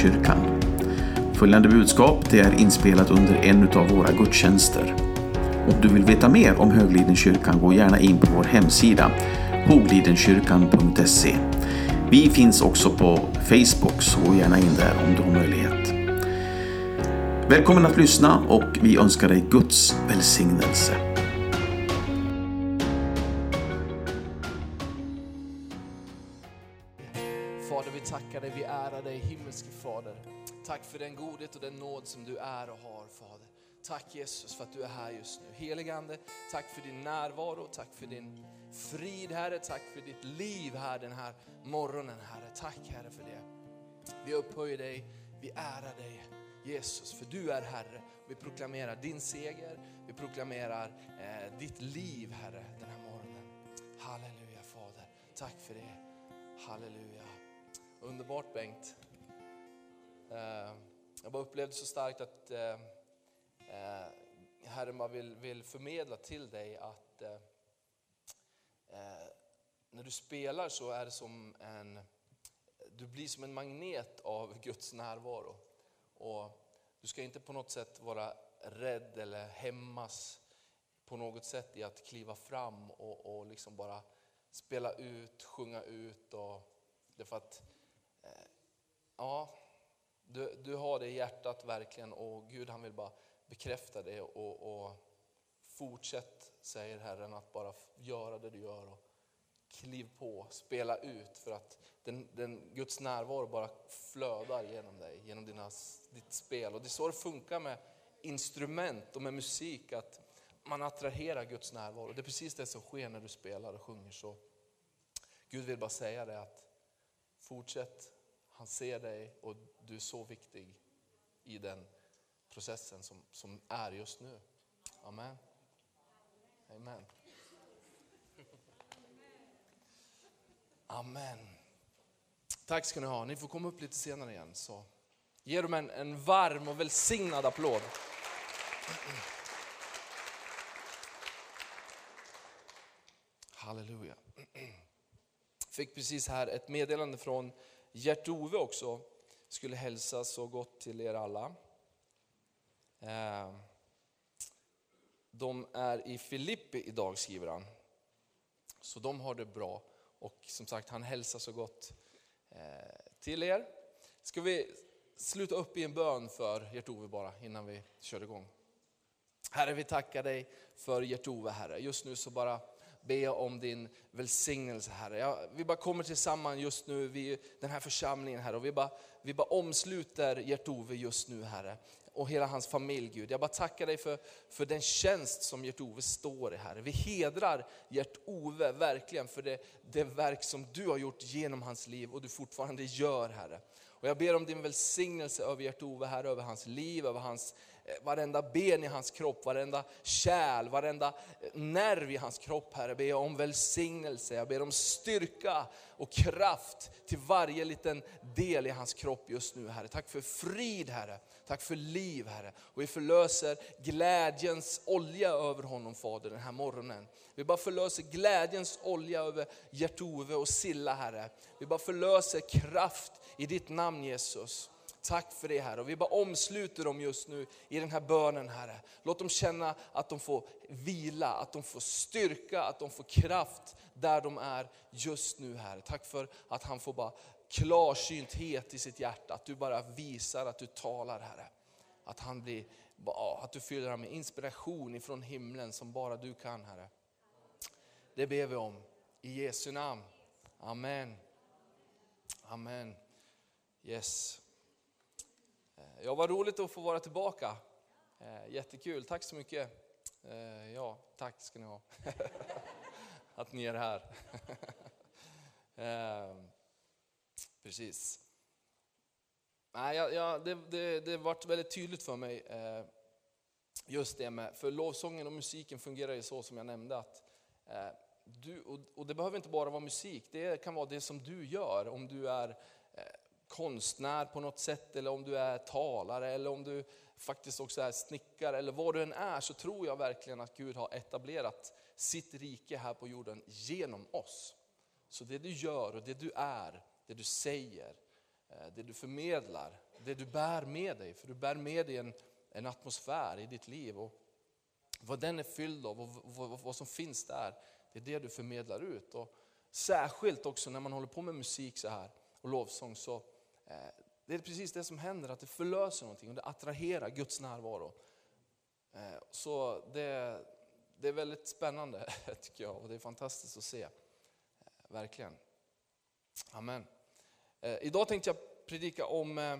Höglidenkyrkan. Följande budskap det är inspelat under en av våra gudstjänster. Om du vill veta mer om Höglidenkyrkan, gå gärna in på vår hemsida hoglidenkyrkan.se. Vi finns också på Facebook, så gå gärna in där om du har möjlighet. Välkommen att lyssna och vi önskar dig Guds välsignelse. Fader, vi tackar dig, vi ärar dig, himmelske Fader. Tack för den godhet och den nåd som du är och har, Fader. Tack Jesus för att du är här just nu. Helige Ande, tack för din närvaro, tack för din frid, Herre. Tack för ditt liv här den här morgonen, Herre. Tack, Herre, för det. Vi upphöjer dig, vi ärar dig, Jesus, för du är Herre. Vi proklamerar din seger, vi proklamerar ditt liv, Herre, den här morgonen. Halleluja, Fader. Tack för det. Halleluja. Underbart, Bengt. Jag bara upplevde så starkt att Herren bara vill förmedla till dig att när du spelar så är det som du blir som en magnet av Guds närvaro. Och du ska inte på något sätt vara rädd eller hämmas på något sätt i att kliva fram och liksom bara spela ut, sjunga ut. Och det är för att du har det i hjärtat verkligen, och Gud han vill bara bekräfta det och fortsätt, säger Herren, att bara göra det du gör och kliv på, spela ut, för att den Guds närvaro bara flödar genom dig, genom ditt spel. Och det är så det funkar med instrument och med musik, att man attraherar Guds närvaro. Det är precis det som sker när du spelar och sjunger. Så Gud vill bara säga det, att fortsätt, han ser dig och du är så viktig i den processen som är just nu. Amen. Amen. Amen. Tack ska ni ha. Ni får komma upp lite senare igen. Så ge dem en varm och välsignad applåd. Halleluja. Fick precis här ett meddelande från Gert-Ove också. Skulle hälsa så gott till er alla. De är i Filippi idag, skriver han. Så de har det bra. Och som sagt, han hälsar så gott till er. Ska vi sluta upp i en bön för Gert-Ove bara innan vi kör igång. Herre, vi tackar dig för Gert-Ove, Herre. Just nu så bara ber jag om din välsignelse, Herre. Vi bara kommer tillsammans just nu vid den här församlingen, Herre. Och vi bara omsluter Gert-Ove just nu, Herre. Och hela hans familj, Gud. Jag bara tackar dig för den tjänst som Gert-Ove står i, Herre. Vi hedrar Gert-Ove verkligen för det verk som du har gjort genom hans liv och du fortfarande gör, Herre. Och jag ber om din välsignelse över Gert-Ove, Herre, över hans liv, över hans varenda ben i hans kropp, varenda kärl, varenda nerv i hans kropp, Herre. Ber jag om välsignelse, jag ber om styrka och kraft till varje liten del i hans kropp just nu, Herre. Tack för frid, Herre. Tack för liv, Herre. Och vi förlöser glädjens olja över honom, Fader, den här morgonen. Vi bara förlöser glädjens olja över Gert-Ove och Silla, Herre. Vi bara förlöser kraft i ditt namn, Jesus. Tack för det, Herre. Och vi bara omsluter dem just nu i den här bönen, Herre. Låt dem känna att de får vila, att de får styrka, att de får kraft där de är just nu, Herre. Tack för att han får bara klarsynthet i sitt hjärta. Att du bara visar att du talar, Herre. Att du fyller dem med inspiration ifrån himlen som bara du kan, Herre. Det ber vi om i Jesu namn. Amen. Amen. Yes. Ja, vad roligt att få vara tillbaka. Jättekul, tack så mycket. Ja, tack ska ni ha. Att ni är här. Precis. Nej, det varit väldigt tydligt för mig. Just det med, för lovsången och musiken fungerar ju så som jag nämnde, att och det behöver inte bara vara musik. Det kan vara det som du gör. Om du är konstnär på något sätt, eller om du är talare, eller om du faktiskt också är snickare, eller vad du än är, så tror jag verkligen att Gud har etablerat sitt rike här på jorden genom oss. Så det du gör och det du är, det du säger, det du förmedlar, det du bär med dig. För du bär med dig en atmosfär i ditt liv. Och vad den är fylld av och vad som finns där, det är det du förmedlar ut. Och särskilt också när man håller på med musik så här och lovsång, så det är precis det som händer, att det förlöser någonting och det attraherar Guds närvaro. Så det är väldigt spännande tycker jag, och det är fantastiskt att se. Verkligen. Amen. Idag tänkte jag predika om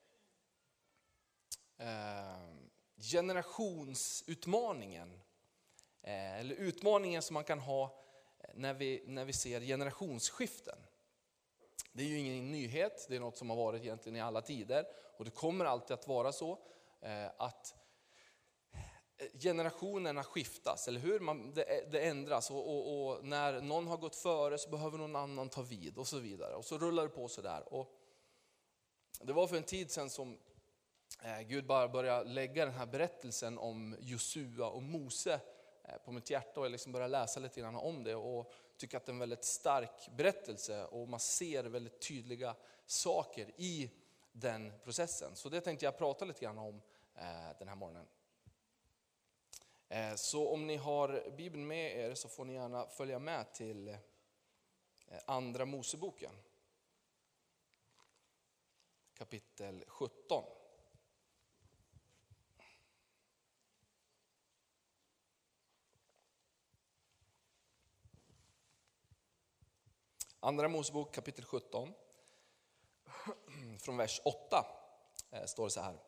generationsutmaningen. Eller utmaningen som man kan ha när vi ser generationsskiften. Det är ju ingen nyhet, det är något som har varit egentligen i alla tider. Och det kommer alltid att vara så att generationerna skiftas, eller hur? Det ändras och när någon har gått före så behöver någon annan ta vid och så vidare. Och så rullar det på så där. Och det var för en tid sedan som Gud bara började lägga den här berättelsen om Josua och Mose på mitt hjärta, och jag liksom började läsa lite grann om det och tycker att det är en väldigt stark berättelse och man ser väldigt tydliga saker i den processen. Så det tänkte jag prata lite grann om den här morgonen. Så om ni har Bibeln med er så får ni gärna följa med till Andra Moseboken. Kapitel 17. Andra Mosebok kapitel 17. Från vers 8 står det så här.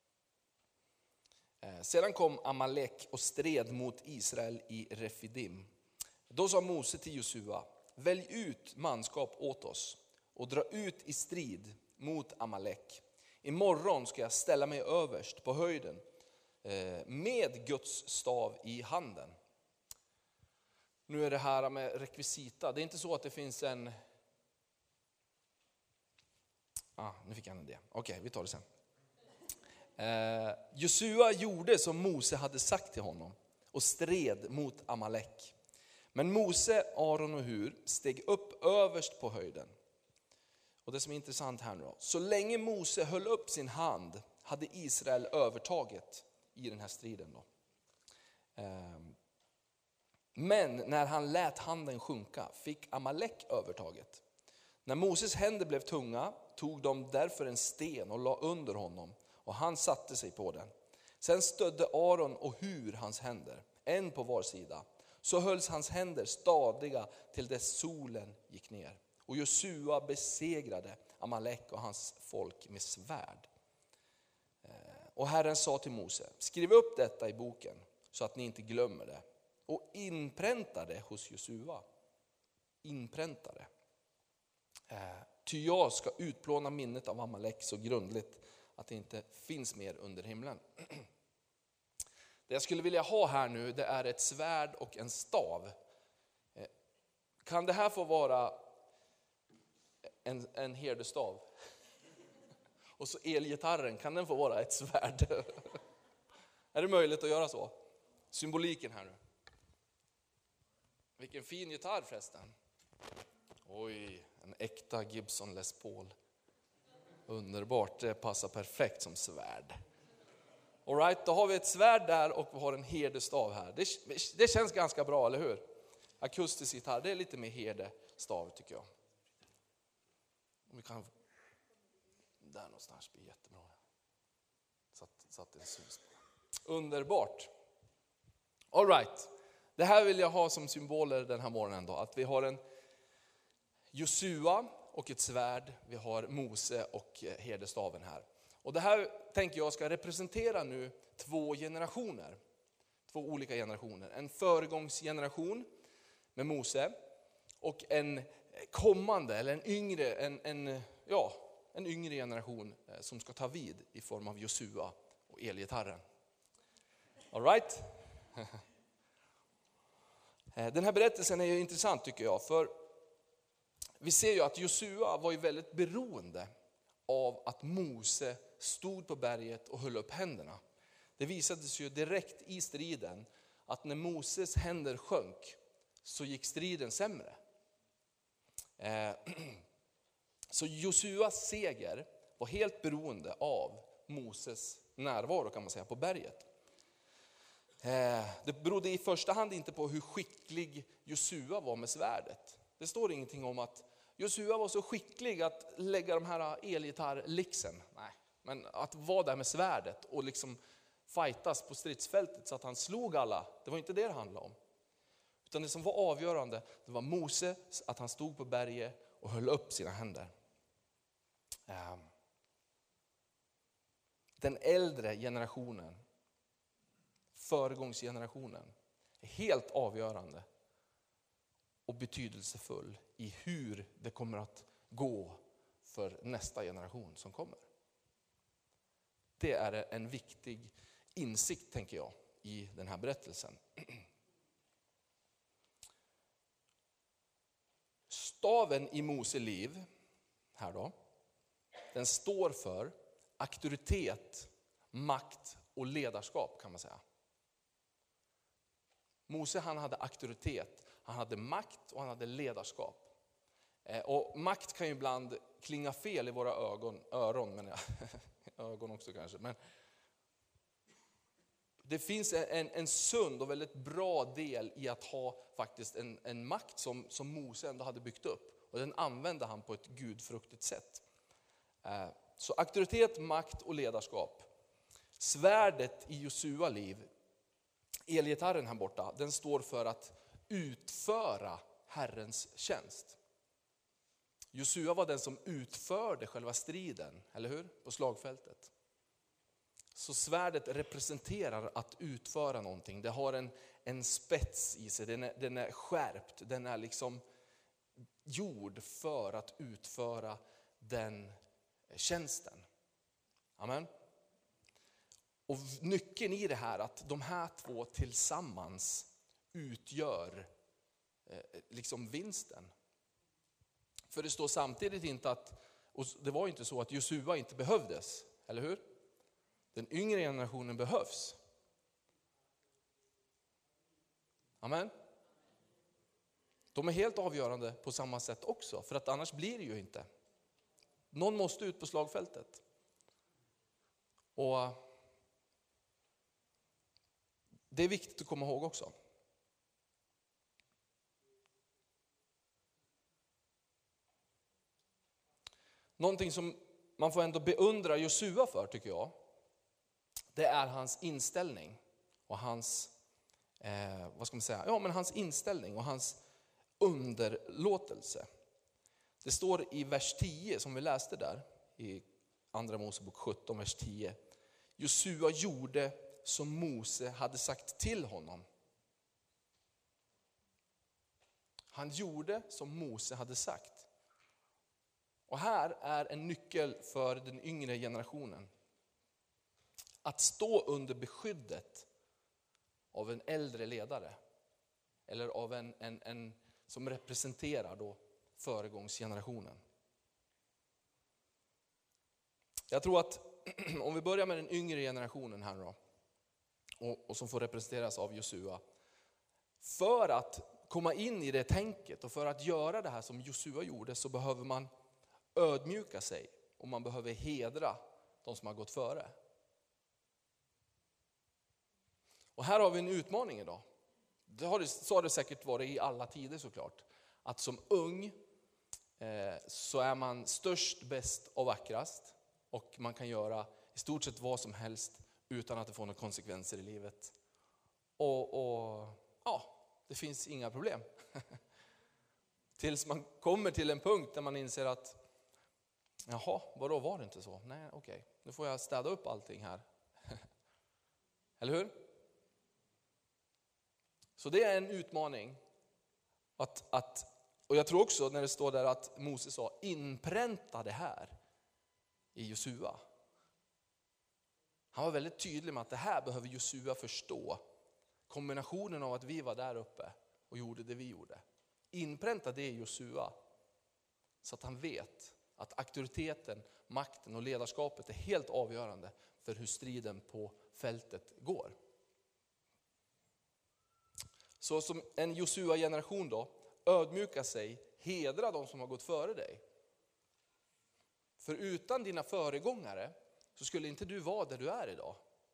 Sedan kom Amalek och stred mot Israel i Refidim. Då sa Mose till Josua: välj ut manskap åt oss och dra ut i strid mot Amalek. Imorgon ska jag ställa mig överst på höjden med Guds stav i handen. Nu är det här med rekvisita. Det är inte så att det finns en... nu fick jag en idé. Okej, vi tar det sen. Josua gjorde som Mose hade sagt till honom och stred mot Amalek. Men Mose, Aron och Hur steg upp överst på höjden. Och det som är intressant här nu då. Så länge Mose höll upp sin hand hade Israel övertaget i den här striden då. Men när han lät handen sjunka fick Amalek övertaget. När Moses händer blev tunga tog de därför en sten och la under honom, och han satte sig på den. Sen stödde Aron och Hur hans händer, en på var sida. Så hölls hans händer stadiga till dess solen gick ner. Och Josua besegrade Amalek och hans folk med svärd. Och Herren sa till Mose: skriv upp detta i boken så att ni inte glömmer det. Och inpränta det hos Josua. Inpränta det. Ty jag ska utplåna minnet av Amalek så grundligt att det inte finns mer under himlen. Det jag skulle vilja ha här nu, det är ett svärd och en stav. Kan det här få vara en herdestav? Och så elgitarren, kan den få vara ett svärd? Är det möjligt att göra så? Symboliken här nu. Vilken fin gitarr förresten. Oj, en äkta Gibson Les Paul. Underbart, det passar perfekt som svärd. All right, då har vi ett svärd där och vi har en herdestav här. Det känns ganska bra, eller hur? Akustisk gitarr, det är lite mer herdestav tycker jag. Om vi kan... Där någonstans blir jättebra. Satt en syns på. Underbart. All right. Det här vill jag ha som symboler den här morgonen då. Att vi har en Josua och ett svärd. Vi har Mose och herdestaven här. Och det här tänker jag ska representera nu två generationer. Två olika generationer. En föregångsgeneration med Mose. Och en kommande eller en yngre generation som ska ta vid i form av Josua och elgitarren. All right? Den här berättelsen är ju intressant tycker jag, för vi ser ju att Josua var ju väldigt beroende av att Mose stod på berget och höll upp händerna. Det visades ju direkt i striden att när Moses händer sjönk så gick striden sämre. Så Josuas seger var helt beroende av Moses närvaro, kan man säga, på berget. Det berodde i första hand inte på hur skicklig Josua var med svärdet. Det står ingenting om att Josua var så skicklig att lägga de här elgitarrlixen. Nej, men att vara där med svärdet och liksom fightas på stridsfältet så att han slog alla. Det var inte det handlade om. Utan det som var avgörande, det var Moses, att han stod på berget och höll upp sina händer. Den äldre generationen, föregångsgenerationen, är helt avgörande och betydelsefull i hur det kommer att gå för nästa generation som kommer. Det är en viktig insikt, tänker jag, i den här berättelsen. Staven i Mose liv här då, den står för auktoritet, makt och ledarskap, kan man säga. Mose, han hade auktoritet, han hade makt och han hade ledarskap. Och makt kan ju ibland klinga fel i våra öron, men ögon också kanske. Men det finns en sund och väldigt bra del i att ha faktiskt en makt som Mose ändå hade byggt upp. Och den använde han på ett gudfruktigt sätt. Så auktoritet, makt och ledarskap. Svärdet i Josua liv, elgitarren här borta, den står för att utföra Herrens tjänst. Josua var den som utförde själva striden, eller hur? På slagfältet. Så svärdet representerar att utföra någonting. Det har en spets i sig, den är skärpt, den är liksom gjord för att utföra den tjänsten. Amen. Och nyckeln i det här, att de här två tillsammans utgör liksom vinsten. För det står samtidigt inte att, och det var inte så att Josua inte behövdes, eller hur? Den yngre generationen behövs. Amen. De är helt avgörande på samma sätt också, för att annars blir det ju inte. Någon måste ut på slagfältet. Och det är viktigt att komma ihåg också. Någonting som man får ändå beundra Josua för, tycker jag, det är hans inställning och hans hans inställning och hans underlåtelse. Det står i vers 10 som vi läste där i andra Mosebok 17, vers 10. Josua gjorde som Mose hade sagt till honom. Han gjorde som Mose hade sagt. Och här är en nyckel för den yngre generationen. Att stå under beskyddet av en äldre ledare. Eller av en som representerar då föregångsgenerationen. Jag tror att om vi börjar med den yngre generationen här då. Och som får representeras av Josua. För att komma in i det tänket och för att göra det här som Josua gjorde, så behöver man ödmjuka sig. Och man behöver hedra de som har gått före. Och här har vi en utmaning idag. Så har det säkert varit i alla tider såklart. Att som ung så är man störst, bäst och vackrast. Och man kan göra i stort sett vad som helst utan att det får några konsekvenser i livet. Och det finns inga problem. Tills man kommer till en punkt där man inser att vadå, var det inte så? Nej, okej. Nu får jag städa upp allting här. Eller hur? Så det är en utmaning. Och jag tror också när det står där att Moses sa, inpränta det här i Josua. Han var väldigt tydlig med att det här behöver Josua förstå. Kombinationen av att vi var där uppe och gjorde det vi gjorde. Inpränta det i Josua. Så att han vet att auktoriteten, makten och ledarskapet är helt avgörande för hur striden på fältet går. Så som en Josua-generation då, ödmjuka sig, hedra de som har gått före dig. För utan dina föregångare så skulle inte du vara där du är idag.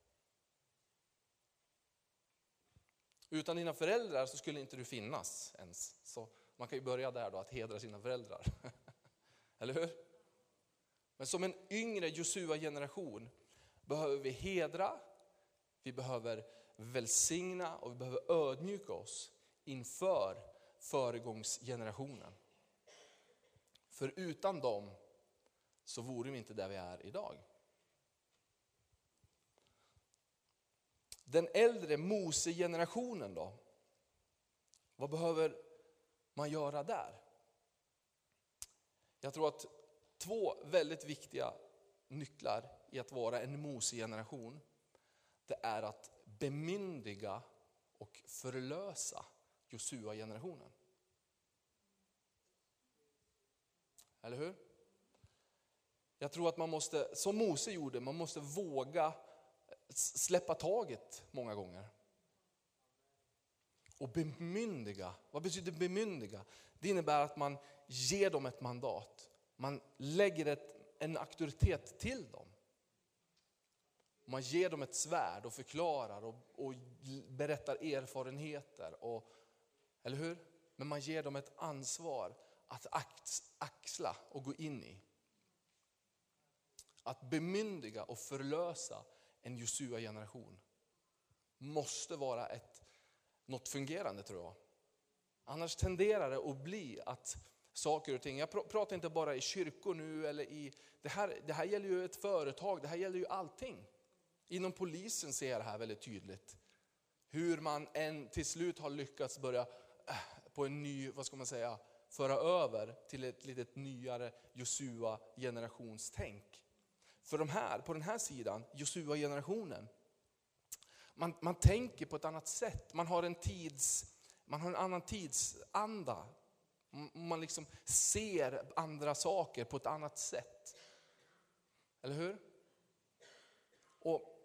Utan dina föräldrar så skulle inte du finnas ens. Så man kan ju börja där då, att hedra sina föräldrar. Eller hur? Men som en yngre Josua-generation behöver vi hedra, vi behöver välsigna och vi behöver ödmjuka oss inför föregångsgenerationen. För utan dem så vore vi inte där vi är idag. Den äldre Mose-generationen då? Vad behöver man göra där? Jag tror att 2 väldigt viktiga nycklar i att vara en Mose-generation, det är att bemyndiga och förlösa Josua-generationen. Eller hur? Jag tror att man måste, som Mose gjorde, man måste våga släppa taget många gånger. Och bemyndiga, vad betyder bemyndiga? Det innebär att man ger dem ett mandat. Man lägger en auktoritet till dem. Man ger dem ett svärd och förklarar och berättar erfarenheter. Eller hur? Men man ger dem ett ansvar att axla och gå in i. Att bemyndiga och förlösa en Josua-generation måste vara något fungerande, tror jag. Annars tenderar det att bli att saker och ting, jag pratar inte bara i kyrkor nu, eller det här gäller ju ett företag, det här gäller ju allting. Inom polisen ser jag det här väldigt tydligt. Hur man till slut har lyckats börja på en ny, vad ska man säga, föra över till ett litet nyare Josua-generationstänk. För på den här sidan, Josua-generationen, man tänker på ett annat sätt. Man har en annan tidsanda. Man liksom ser andra saker på ett annat sätt. Eller hur? Och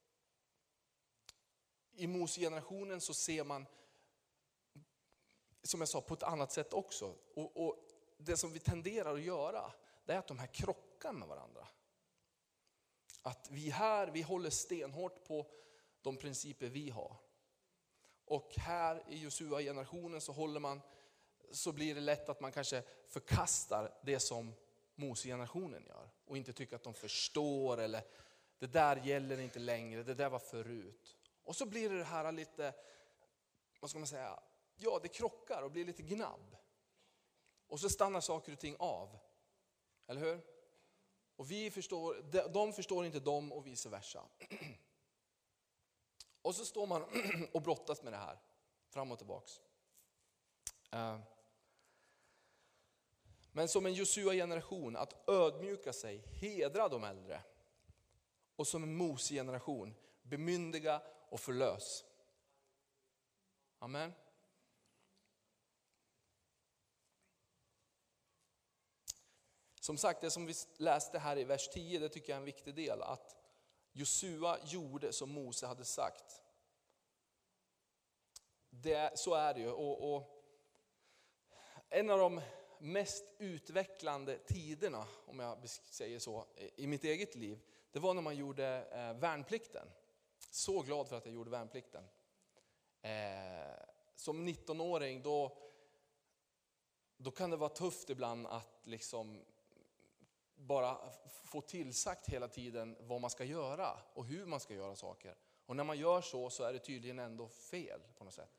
i Mose-generationen så ser man, som jag sa, på ett annat sätt också. Och det som vi tenderar att göra, det är att de här krockar med varandra. Att vi håller stenhårt på de principer vi har. Och här i Josua-generationen så blir det lätt att man kanske förkastar det som Mose-generationen gör. Och inte tycker att de förstår, eller det där gäller inte längre, det där var förut. Och så blir det här lite, vad ska man säga, ja, det krockar och blir lite gnabb. Och så stannar saker och ting av. Eller hur? Och de förstår inte dem och vice versa. Och så står man och brottas med det här, fram och tillbaks. Men som en Josua-generation, att ödmjuka sig, hedra de äldre. Och som en Mose-generation, bemyndiga och förlös. Amen. Som sagt, det som vi läste här i vers 10, det tycker jag är en viktig del. Att Josua gjorde som Mose hade sagt. Så är det ju. Och en av de mest utvecklande tiderna, om jag säger så, i mitt eget liv, det var när man gjorde värnplikten. Så glad för att jag gjorde värnplikten. Som 19-åring då kan det vara tufft ibland att liksom bara få tillsagt hela tiden vad man ska göra och hur man ska göra saker. Och när man gör så är det tydligen ändå fel på något sätt.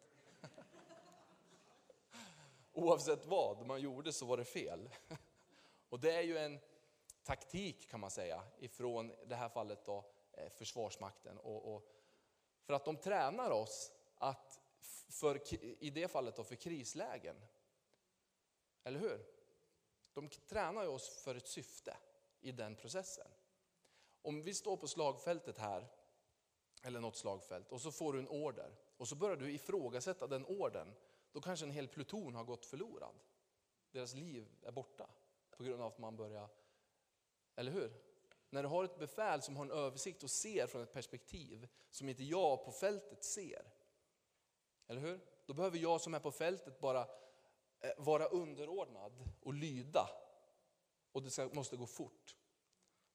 Oavsett vad man gjorde så var det fel. Och det är ju en taktik, kan man säga, ifrån det här fallet då, Försvarsmakten. Och för att de tränar oss att i det fallet då, för krislägen. Eller hur? De tränar ju oss för ett syfte i den processen. Om vi står på slagfältet här, eller något slagfält, och så får du en order. Och så börjar du ifrågasätta den ordern. Då kanske en hel pluton har gått förlorad. Deras liv är borta på grund av att man börjar, eller hur? När du har ett befäl som har en översikt och ser från ett perspektiv som inte jag på fältet ser. Eller hur? Då behöver jag som är på fältet bara vara underordnad och lyda. Och det måste gå fort.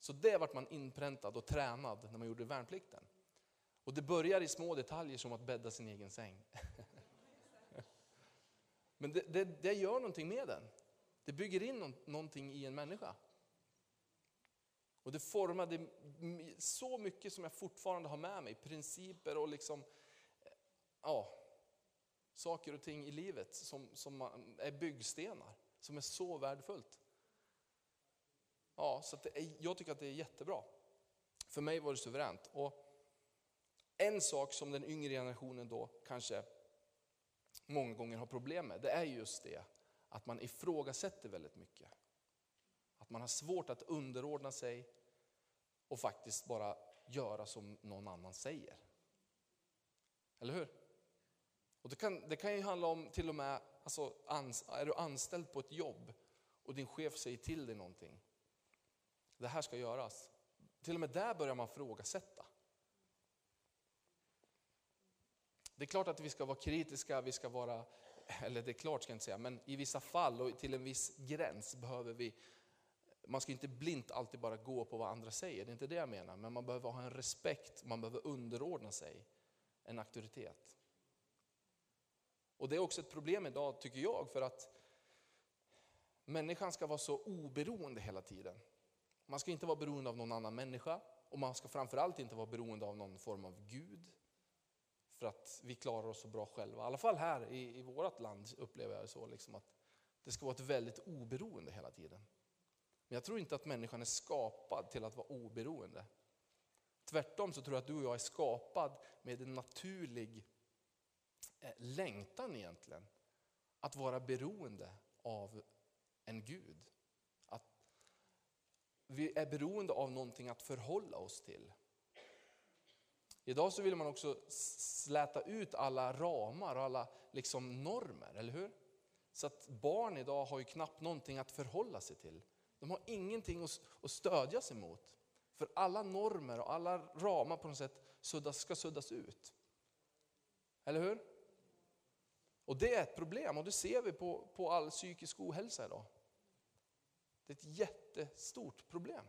Så det vart man inpräntad och tränad när man gjorde värnplikten. Och det börjar i små detaljer som att bädda sin egen säng. Men det gör någonting med den. Det bygger in någonting i en människa. Och det formade så mycket som jag fortfarande har med mig. Principer och liksom, saker och ting i livet som är byggstenar. Som är så värdefullt. Ja, så att jag tycker att det är jättebra. För mig var det suveränt. Och en sak som den yngre generationen då kanske många gånger har problem med, det är just det att man ifrågasätter väldigt mycket. Att man har svårt att underordna sig och faktiskt bara göra som någon annan säger. Eller hur? Och det kan ju handla om till och med, alltså, är du anställd på ett jobb och din chef säger till dig någonting. Det här ska göras. Till och med där börjar man frågasätta. Det är klart att vi ska vara kritiska, vi ska vara, eller det är klart ska jag inte säga, men i vissa fall och till en viss gräns behöver vi, man ska inte blint alltid bara gå på vad andra säger, det är inte det jag menar, men man behöver ha en respekt, man behöver underordna sig en auktoritet. Och det är också ett problem idag tycker jag, för att människan ska vara så oberoende hela tiden. Man ska inte vara beroende av någon annan människa, och man ska framförallt inte vara beroende av någon form av Gud. För att vi klarar oss så bra själva. I alla fall här i vårt land upplever jag det så. Liksom att det ska vara ett väldigt oberoende hela tiden. Men jag tror inte att människan är skapad till att vara oberoende. Tvärtom så tror jag att du och jag är skapad med en naturlig längtan egentligen. Att vara beroende av en Gud. Att vi är beroende av någonting att förhålla oss till. Idag så vill man också släta ut alla ramar och alla liksom normer, eller hur? Så att barn idag har ju knappt någonting att förhålla sig till. De har ingenting att stödja sig mot. För alla normer och alla ramar på något sätt ska suddas ut. Eller hur? Och det är ett problem, och det ser vi på all psykisk ohälsa idag. Det är ett jättestort problem.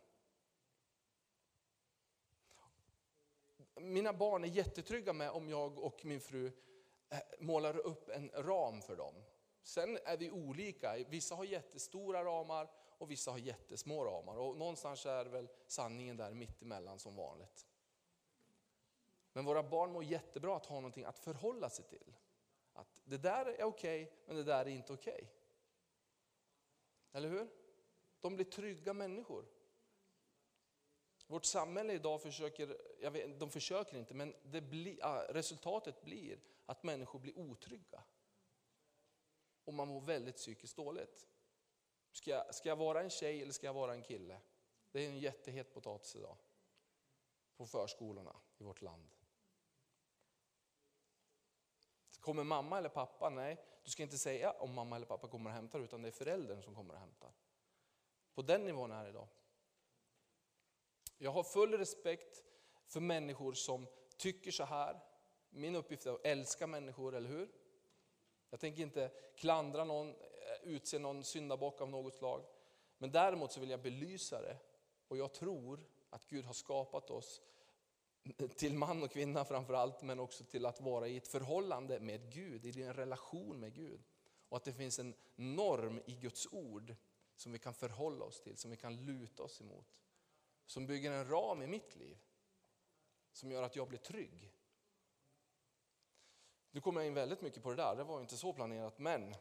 Mina barn är jättetrygga med om jag och min fru målar upp en ram för dem. Sen är vi olika. Vissa har jättestora ramar och vissa har jättesmå ramar. Och någonstans är väl sanningen där mittemellan som vanligt. Men våra barn mår jättebra att ha någonting att förhålla sig till. Att det där är okej, men det där är inte okej. Eller hur? De blir trygga människor. Vårt samhälle idag försöker inte, men resultatet blir att människor blir otrygga. Och man mår väldigt psykiskt dåligt. Ska jag vara en tjej eller ska jag vara en kille? Det är en jättehet potatis idag. På förskolorna i vårt land. Kommer mamma eller pappa? Nej, du ska inte säga om mamma eller pappa kommer och hämtar, utan det är föräldern som kommer och hämtar. På den nivån är det idag. Jag har full respekt för människor som tycker så här. Min uppgift är att älska människor, eller hur? Jag tänker inte klandra någon, utse någon syndabock av något slag. Men däremot så vill jag belysa det. Och jag tror att Gud har skapat oss till man och kvinna framförallt, men också till att vara i ett förhållande med Gud, i en relation med Gud. Och att det finns en norm i Guds ord som vi kan förhålla oss till, som vi kan luta oss emot. Som bygger en ram i mitt liv. Som gör att jag blir trygg. Nu kommer jag in väldigt mycket på det där. Det var inte så planerat. Men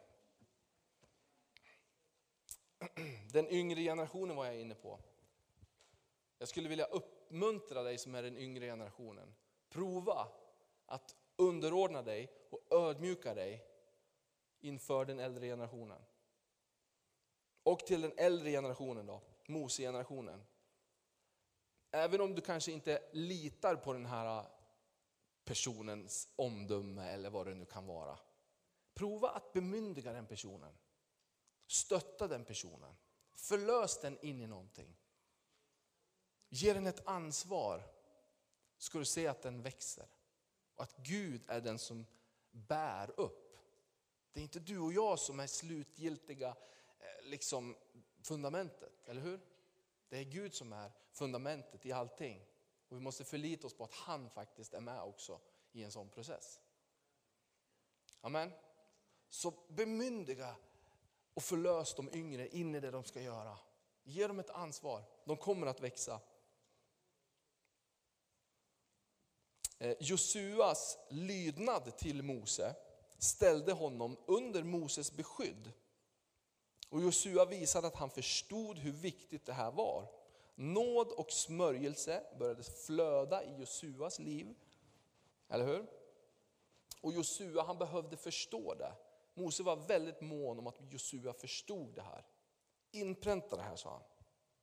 den yngre generationen var jag inne på. Jag skulle vilja uppmuntra dig som är den yngre generationen. Prova att underordna dig och ödmjuka dig inför den äldre generationen. Och till den äldre generationen då. Mose-generationen. Även om du kanske inte litar på den här personens omdöme eller vad det nu kan vara. Prova att bemyndiga den personen. Stötta den personen. Förlös den in i någonting. Ge den ett ansvar. Ska du se att den växer. Och att Gud är den som bär upp. Det är inte du och jag som är slutgiltiga liksom fundamentet, eller hur? Det är Gud som är fundamentet i allting. Och vi måste förlita oss på att han faktiskt är med också i en sån process. Amen. Så bemyndiga och förlös de yngre in i det de ska göra. Ge dem ett ansvar. De kommer att växa. Josuas lydnad till Mose ställde honom under Moses beskydd. Och Josua visade att han förstod hur viktigt det här var. Nåd och smörjelse började flöda i Josuas liv. Eller hur? Och Josua, han behövde förstå det. Mose var väldigt mån om att Josua förstod det här. Inpränta det här, sa han.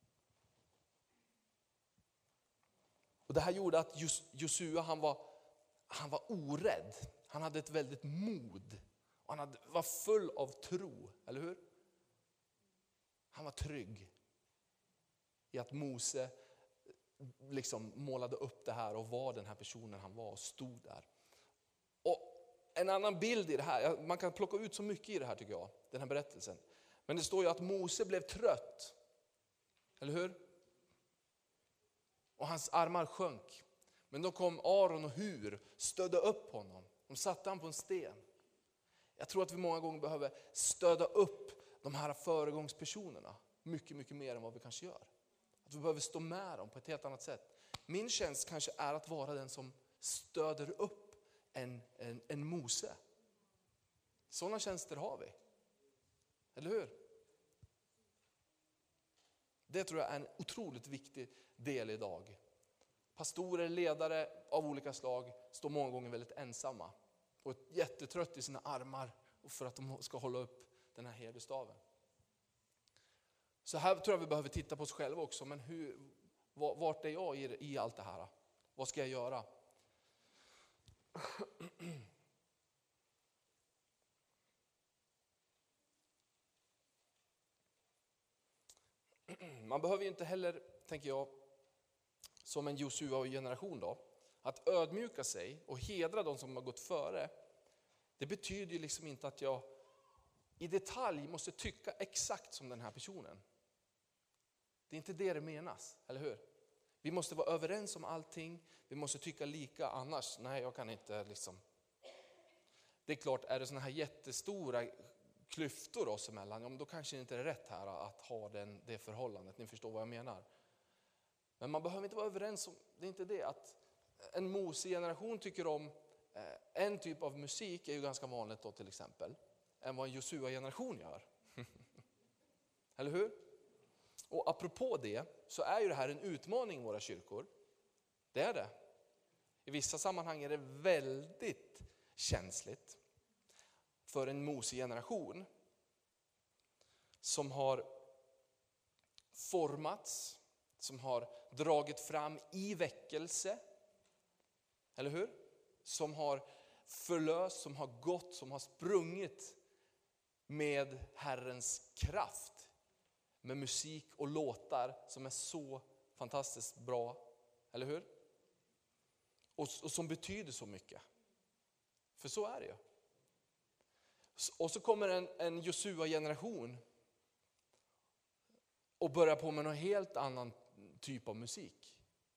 Och det här gjorde att Josua, han var orädd. Han hade ett väldigt mod. Och han var full av tro, eller hur? Han var trygg i att Mose liksom målade upp det här och var den här personen han var och stod där. Och en annan bild i det här, man kan plocka ut så mycket i det här tycker jag, den här berättelsen. Men det står ju att Mose blev trött, eller hur? Och hans armar sjönk. Men då kom Aron och Hur, stödde upp honom. De satte han på en sten. Jag tror att vi många gånger behöver stödja upp de här föregångspersonerna. Mycket, mycket mer än vad vi kanske gör. Att vi behöver stå med dem på ett helt annat sätt. Min tjänst kanske är att vara den som stöder upp en Mose. Sådana tjänster har vi. Eller hur? Det tror jag är en otroligt viktig del idag. Pastorer, ledare av olika slag står många gånger väldigt ensamma. Och jättetrött i sina armar för att de ska hålla upp den här herdestaven. Så här tror jag vi behöver titta på oss själva också. Men vart är jag i allt det här? Vad ska jag göra? Man behöver ju inte heller, tänker jag, som en Josua-generation då, att ödmjuka sig och hedra de som har gått före. Det betyder ju liksom inte att jag i detalj måste tycka exakt som den här personen. Det är inte det menas, eller hur? Vi måste vara överens om allting. Vi måste tycka lika, annars, nej jag kan inte liksom. Det är klart, är det såna här jättestora klyftor oss emellan, ja, men då kanske det inte är rätt här att ha det förhållandet. Ni förstår vad jag menar. Men man behöver inte vara överens om, det är inte det att en Mose-generation tycker om en typ av musik är ju ganska vanligt då till exempel, än vad en Josua-generation gör. Eller hur? Och apropå det så är ju det här en utmaning i våra kyrkor. Det är det. I vissa sammanhang är det väldigt känsligt för en Mose-generation som har formats, som har dragit fram i väckelse, eller hur? Som har förlöst, som har gått, som har sprungit med Herrens kraft. Med musik och låtar som är så fantastiskt bra, eller hur? Och som betyder så mycket. För så är det ju. Och så kommer en Josua-generation och börjar på med någon helt annan typ av musik.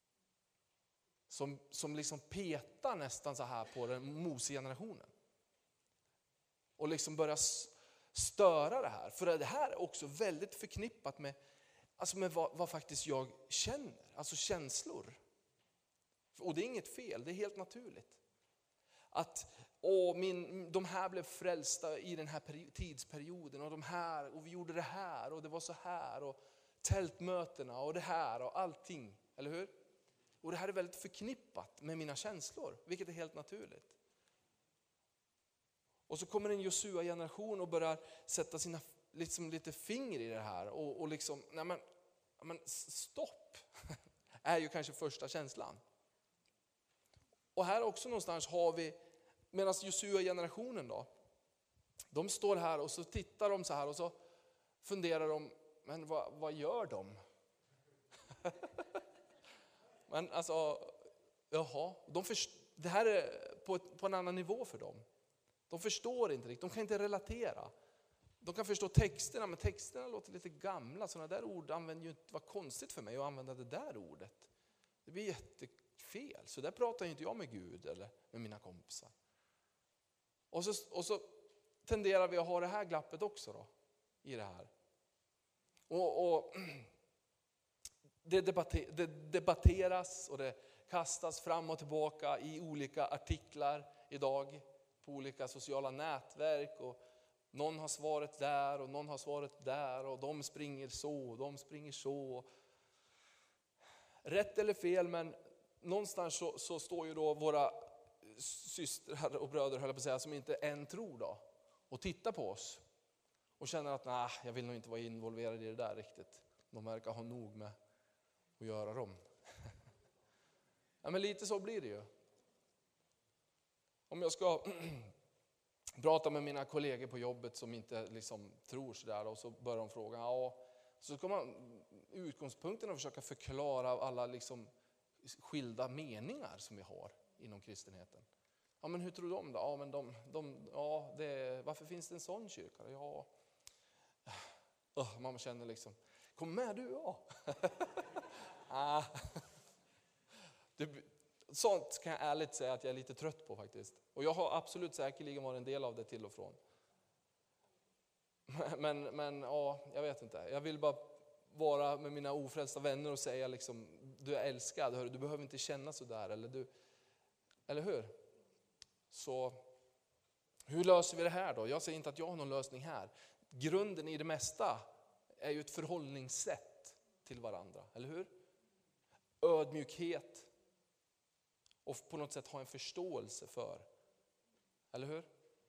Som liksom petar nästan så här på den Mose-generationen. Och liksom börjar störa det här. För det här är också väldigt förknippat med vad faktiskt jag känner. Alltså känslor. Och det är inget fel, det är helt naturligt. Att de här blev frälsta i den här tidsperioden. Och vi gjorde det här och det var så här. Och tältmötena och det här och allting. Eller hur? Och det här är väldigt förknippat med mina känslor. Vilket är helt naturligt. Och så kommer en Josua-generation och börjar sätta sina liksom lite finger i det här. Och liksom, nej men stopp. Är ju kanske första känslan. Och här också någonstans har vi, medan Josua-generationen då. De står här och så tittar de så här och så funderar de, men vad gör de? Men alltså, jaha. Det här är på en annan nivå för dem. De förstår inte riktigt, de kan inte relatera. De kan förstå texterna, men texterna låter lite gamla. Sådana där ord använder ju inte, vad konstigt för mig att använda det där ordet. Det blir jättefel. Så där pratar ju inte jag med Gud eller med mina kompisar. Och så tenderar vi att ha det här glappet också då, i det här. Och det debatteras och det kastas fram och tillbaka i olika artiklar idag på olika sociala nätverk. Och någon har svaret där och någon har svaret där och de springer så och de springer så. Rätt eller fel, men någonstans så står ju då våra systrar och bröder, höll jag på att säga, som inte än tror då, och tittar på oss och känner att jag vill nog inte vara involverad i det där riktigt. De verkar ha nog med att göra dem. Ja, men lite så blir det ju. Om jag ska prata med mina kollegor på jobbet som inte liksom tror sådär, och så börjar de fråga, så ska man utgångspunkten att försöka förklara alla liksom skilda meningar som vi har inom kristenheten. Ja, men hur tror de då? Ja, men varför finns det en sån kyrka? Man känner liksom, kom med du, Sånt kan jag ärligt säga att jag är lite trött på faktiskt. Och jag har absolut säkerligen varit en del av det till och från. Men jag vet inte. Jag vill bara vara med mina ofrälsta vänner och säga liksom, du är älskad, du behöver inte känna så där, eller hur? Så hur löser vi det här då? Jag säger inte att jag har någon lösning här. Grunden i det mesta är ju ett förhållningssätt till varandra, eller hur? Ödmjukhet och på något sätt ha en förståelse för, eller hur?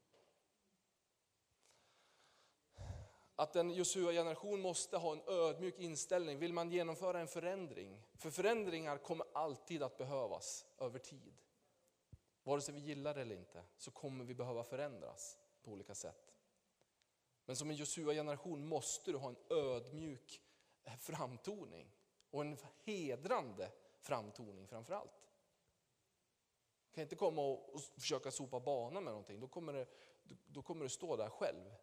Att en Josua-generation måste ha en ödmjuk inställning. Vill man genomföra en förändring? För förändringar kommer alltid att behövas över tid. Vare sig vi gillar det eller inte, så kommer vi behöva förändras på olika sätt. Men som en Josua-generation måste du ha en ödmjuk framtoning. Och en hedrande framtoning framförallt. Du kan inte komma och försöka sopa banan med någonting. Då kommer du stå där själv.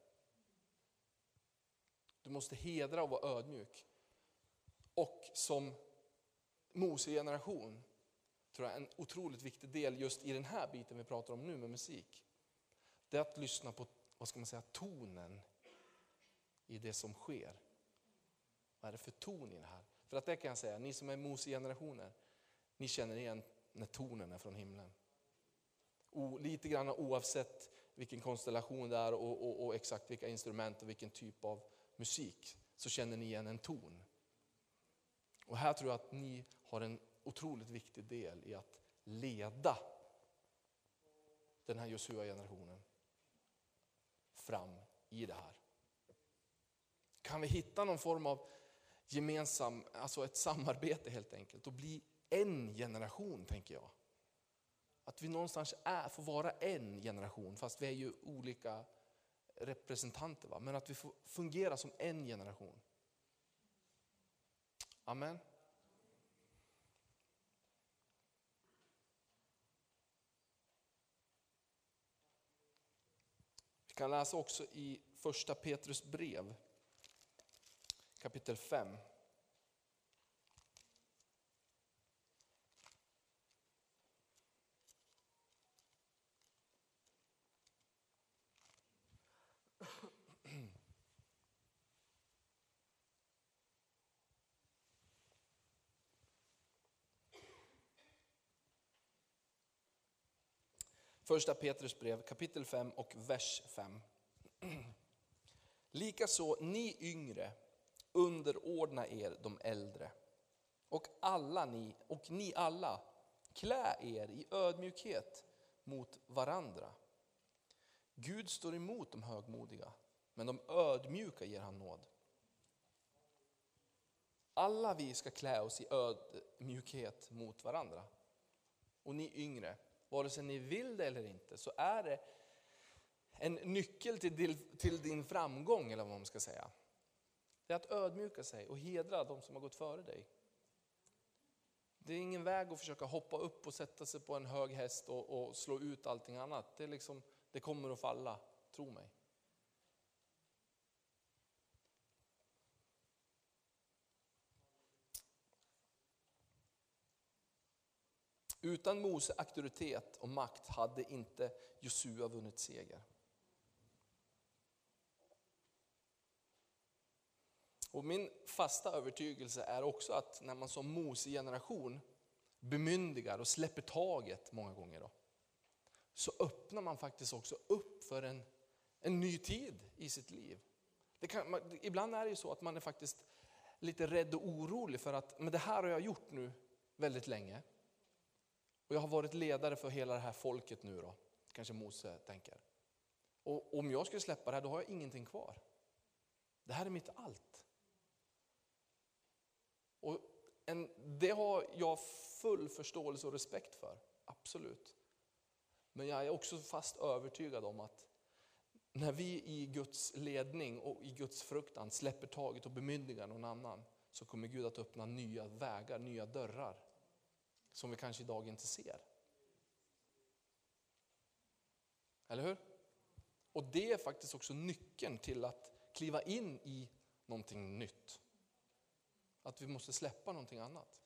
Du måste hedra och vara ödmjuk. Och som Mose-generation tror jag en otroligt viktig del just i den här biten vi pratar om nu med musik. Det är att lyssna på, tonen i det som sker. Vad är det för ton i det här? För att det kan jag säga, ni som är Mose-generationer, ni känner igen när tonen är från himlen. Lite grann oavsett vilken konstellation det är och exakt vilka instrument och vilken typ av musik, så känner ni igen en ton. Och här tror jag att ni har en otroligt viktig del i att leda den här Josua-generationen fram i det här. Kan vi hitta någon form av gemensam, alltså ett samarbete helt enkelt, och bli en generation, tänker jag. Att vi någonstans får vara en generation, fast vi är ju olika representanter, va? Men att vi får fungera som en generation. Amen. Vi kan läsa också i första Petrus brev, kapitel 5. Första Petrus brev, kapitel 5 och vers 5. Likaså ni yngre, underordna er de äldre. Och ni alla, klä er i ödmjukhet mot varandra. Gud står emot de högmodiga, men de ödmjuka ger han nåd. Alla vi ska klä oss i ödmjukhet mot varandra. Och ni yngre, vare sig ni vill det eller inte, så är det en nyckel till din framgång, eller vad man ska säga. Det är att ödmjuka sig och hedra de som har gått före dig. Det är ingen väg att försöka hoppa upp och sätta sig på en hög häst och slå ut allting annat. Det kommer att falla, tro mig. Utan Mose auktoritet och makt hade inte Josua vunnit seger. Och min fasta övertygelse är också att när man som Mose-generation bemyndigar och släpper taget många gånger då, så öppnar man faktiskt också upp för en ny tid i sitt liv. Ibland är det ju så att man är faktiskt lite rädd och orolig för att men det här har jag gjort nu väldigt länge. Och jag har varit ledare för hela det här folket nu då, kanske Mose tänker. Och om jag skulle släppa det här, då har jag ingenting kvar. Det här är mitt allt. Och det har jag full förståelse och respekt för, absolut. Men jag är också fast övertygad om att när vi i Guds ledning och i Guds fruktan släpper taget och bemyndigar någon annan, så kommer Gud att öppna nya vägar, nya dörrar som vi kanske idag inte ser. Eller hur? Och det är faktiskt också nyckeln till att kliva in i någonting nytt. Att vi måste släppa någonting annat.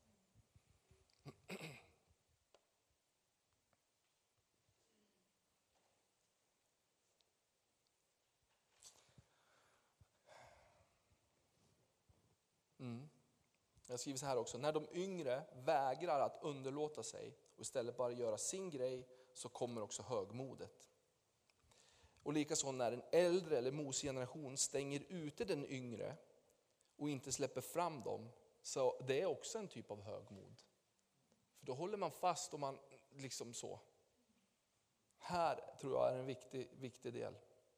Jag skriver så här också. När de yngre vägrar att underlåta sig och istället bara göra sin grej, så kommer också högmodet. Och likaså när en äldre eller Mose-generation stänger ute den yngre och inte släpper fram dem, så det är också en typ av högmod. För då håller man fast och man liksom så. Här tror jag är en viktig del.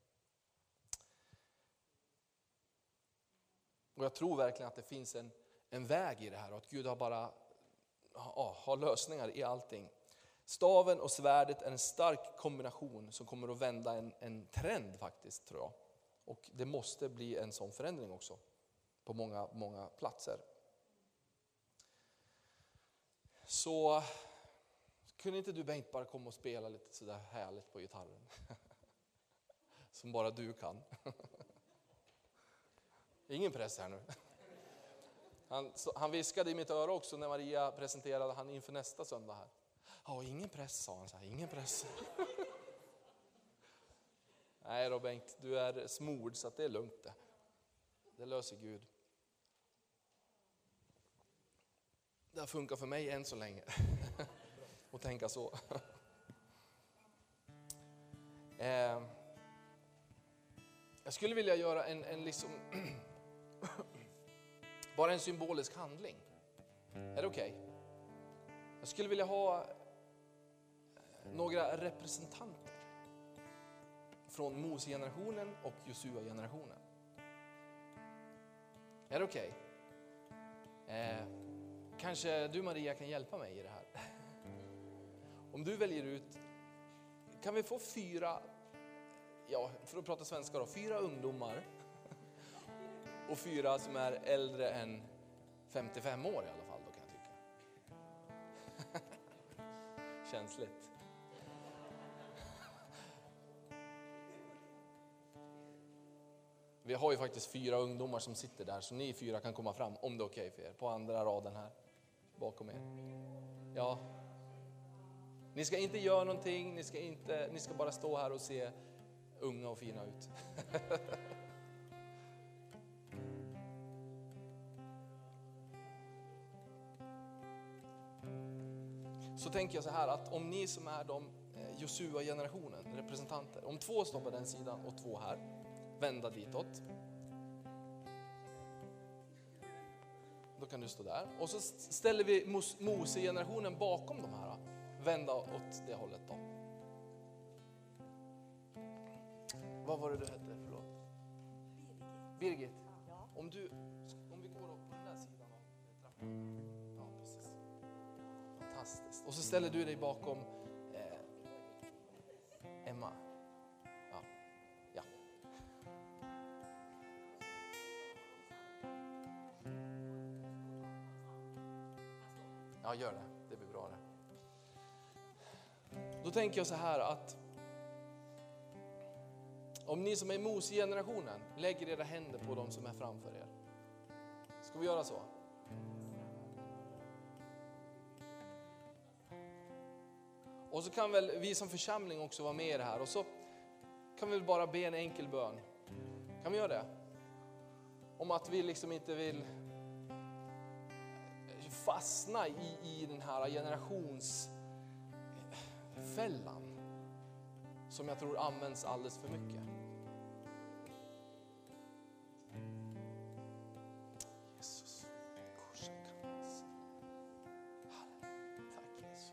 Och jag tror verkligen att det finns en väg i det här och att Gud har lösningar i allting. Staven och svärdet är en stark kombination som kommer att vända en trend faktiskt, tror jag. Och det måste bli en sån förändring också på många platser. Så kunde inte du Bengt bara komma och spela lite sådär härligt på gitarren? Som bara du kan. Ingen press här nu. Han viskade i mitt öra också när Maria presenterade han inför nästa söndag här. Ja, ingen press, sa han så här, ingen press. Nej då Bengt, du är smord så att det är lugnt det. Det löser Gud. Det har funkat för mig än så länge. Och tänka så. Jag skulle vilja göra en liksom bara en symbolisk handling. Är det okej? Jag skulle vilja ha några representanter från Mose-generationen och Josua-generationen. Är det okej? Kanske du Maria kan hjälpa mig i det här. Om du väljer ut, kan vi få 4, för att prata svenska då, 4 ungdomar och 4 som är äldre än 55 år i alla fall då, kan jag tycka. Känsligt. Vi har ju faktiskt 4 ungdomar som sitter där, så ni 4 kan komma fram om det är okej för er. På andra raden här, bakom er. Ja. Ni ska inte göra någonting, ni ska bara stå här och se unga och fina ut. Så tänker jag så här att om ni som är de Josua-generationen, representanter, om 2 står på den sidan och 2 här, vända ditåt. Då kan du stå där. Och så ställer vi Mose-generationen bakom de här. Vända åt det hållet då. Vad var det du hette? Förlåt. Birgit. Om vi går upp på den där sidan av trappan. Ja, precis. Fantastiskt. Och så ställer du dig bakom Emma. Ja. Ja, gör det. Det blir bra det. Då tänker jag så här att om ni som är Mose-generationen lägger era händer på de som är framför er. Ska vi göra så? Och så kan väl vi som församling också vara med i det här. Och så kan vi väl bara be en enkel bön. Kan vi göra det? Om att vi liksom inte vill fastna i den här generationsfällan som jag tror används alldeles för mycket. Jesus. Tack Jesus.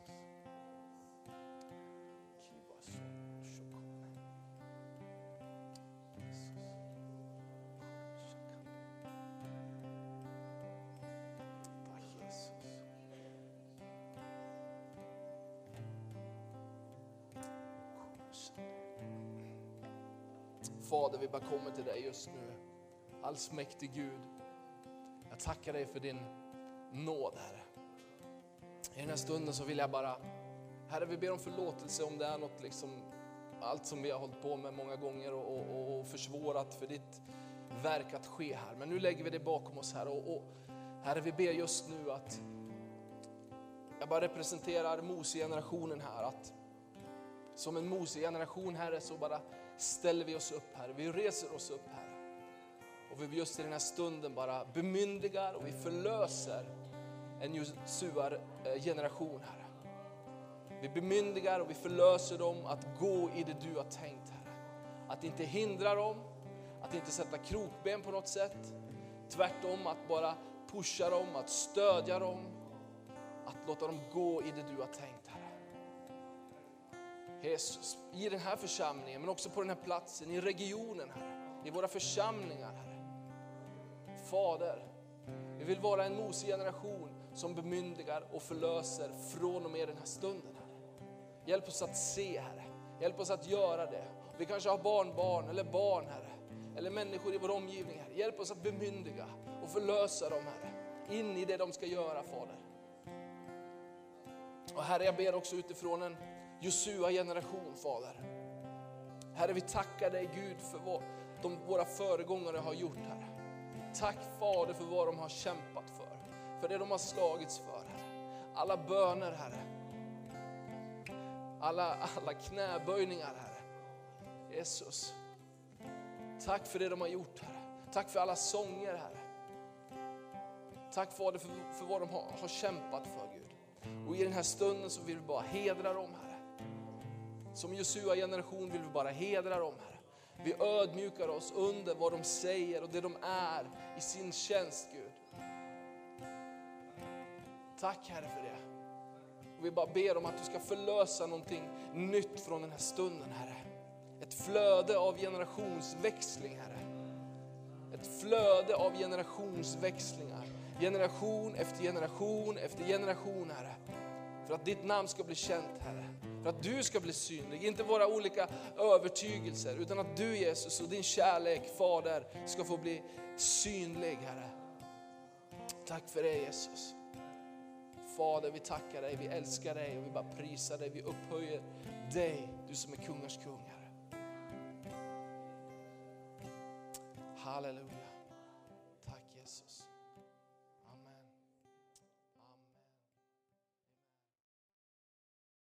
Fader, vi bara kommer till dig just nu. Allsmäktig Gud, jag tackar dig för din nåd, Herre. I den här stunden så vill jag bara, Herre, vi ber om förlåtelse om det är något liksom, allt som vi har hållit på med många gånger och försvårat för ditt verk att ske här. Men nu lägger vi det bakom oss, Herre. Och Herre, vi ber just nu att jag bara representerar Mose-generationen här, att som en Mose-generation, Herre, så bara ställer vi oss upp, Herre. Vi reser oss upp, Herre. Och vi just i den här stunden bara bemyndigar och vi förlöser en Josua-generation, Herre. Vi bemyndigar och vi förlöser dem att gå i det du har tänkt, Herre. Att inte hindra dem, att inte sätta krokben på något sätt. Tvärtom att bara pusha dem, att stödja dem. Att låta dem gå i det du har tänkt, Herre. Jesus, i den här församlingen, men också på den här platsen, i regionen, Herre. I våra församlingar, Herre. Fader, vi vill vara en Mose-generation som bemyndigar och förlöser från och med den här stunden, Herre. Hjälp oss att se, Herre. Hjälp oss att göra det. Vi kanske har barnbarn eller barn, Herre. Eller människor i vår omgivning, Herre. Hjälp oss att bemyndiga och förlösa dem, Herre. In i det de ska göra, Fader. Och Herre, jag ber också utifrån en Josua-generation, Fader. Herre, vi tackar dig, Gud, för vad våra föregångare har gjort, Herre. Tack, Fader, för vad de har kämpat för det de har slagits för, Herre. Alla böner, Herre. Alla knäböjningar, Herre. Jesus. Tack för det de har gjort, Herre. Tack för alla sånger, Herre. Tack, Fader, för vad de har kämpat för, Gud. Och i den här stunden så vill vi bara hedra dem, Herre. Som Josua-generation vill vi bara hedra dem, Herre. Vi ödmjukar oss under vad de säger och det de är i sin tjänst, Gud. Tack, Herre, för det. Och vi bara ber om att du ska förlösa någonting nytt från den här stunden, Herre. Ett flöde av generationsväxling, Herre. Ett flöde av generationsväxlingar. Generation efter generation efter generation, Herre. För att ditt namn ska bli känt, Herre. För att du ska bli synlig. Inte våra olika övertygelser. Utan att du, Jesus, och din kärlek, Fader, ska få bli synlig, Herre. Tack för det, Jesus. Fader, vi tackar dig, vi älskar dig och vi bara prisar dig. Vi upphöjer dig, du som är kungars kung, Herre. Halleluja.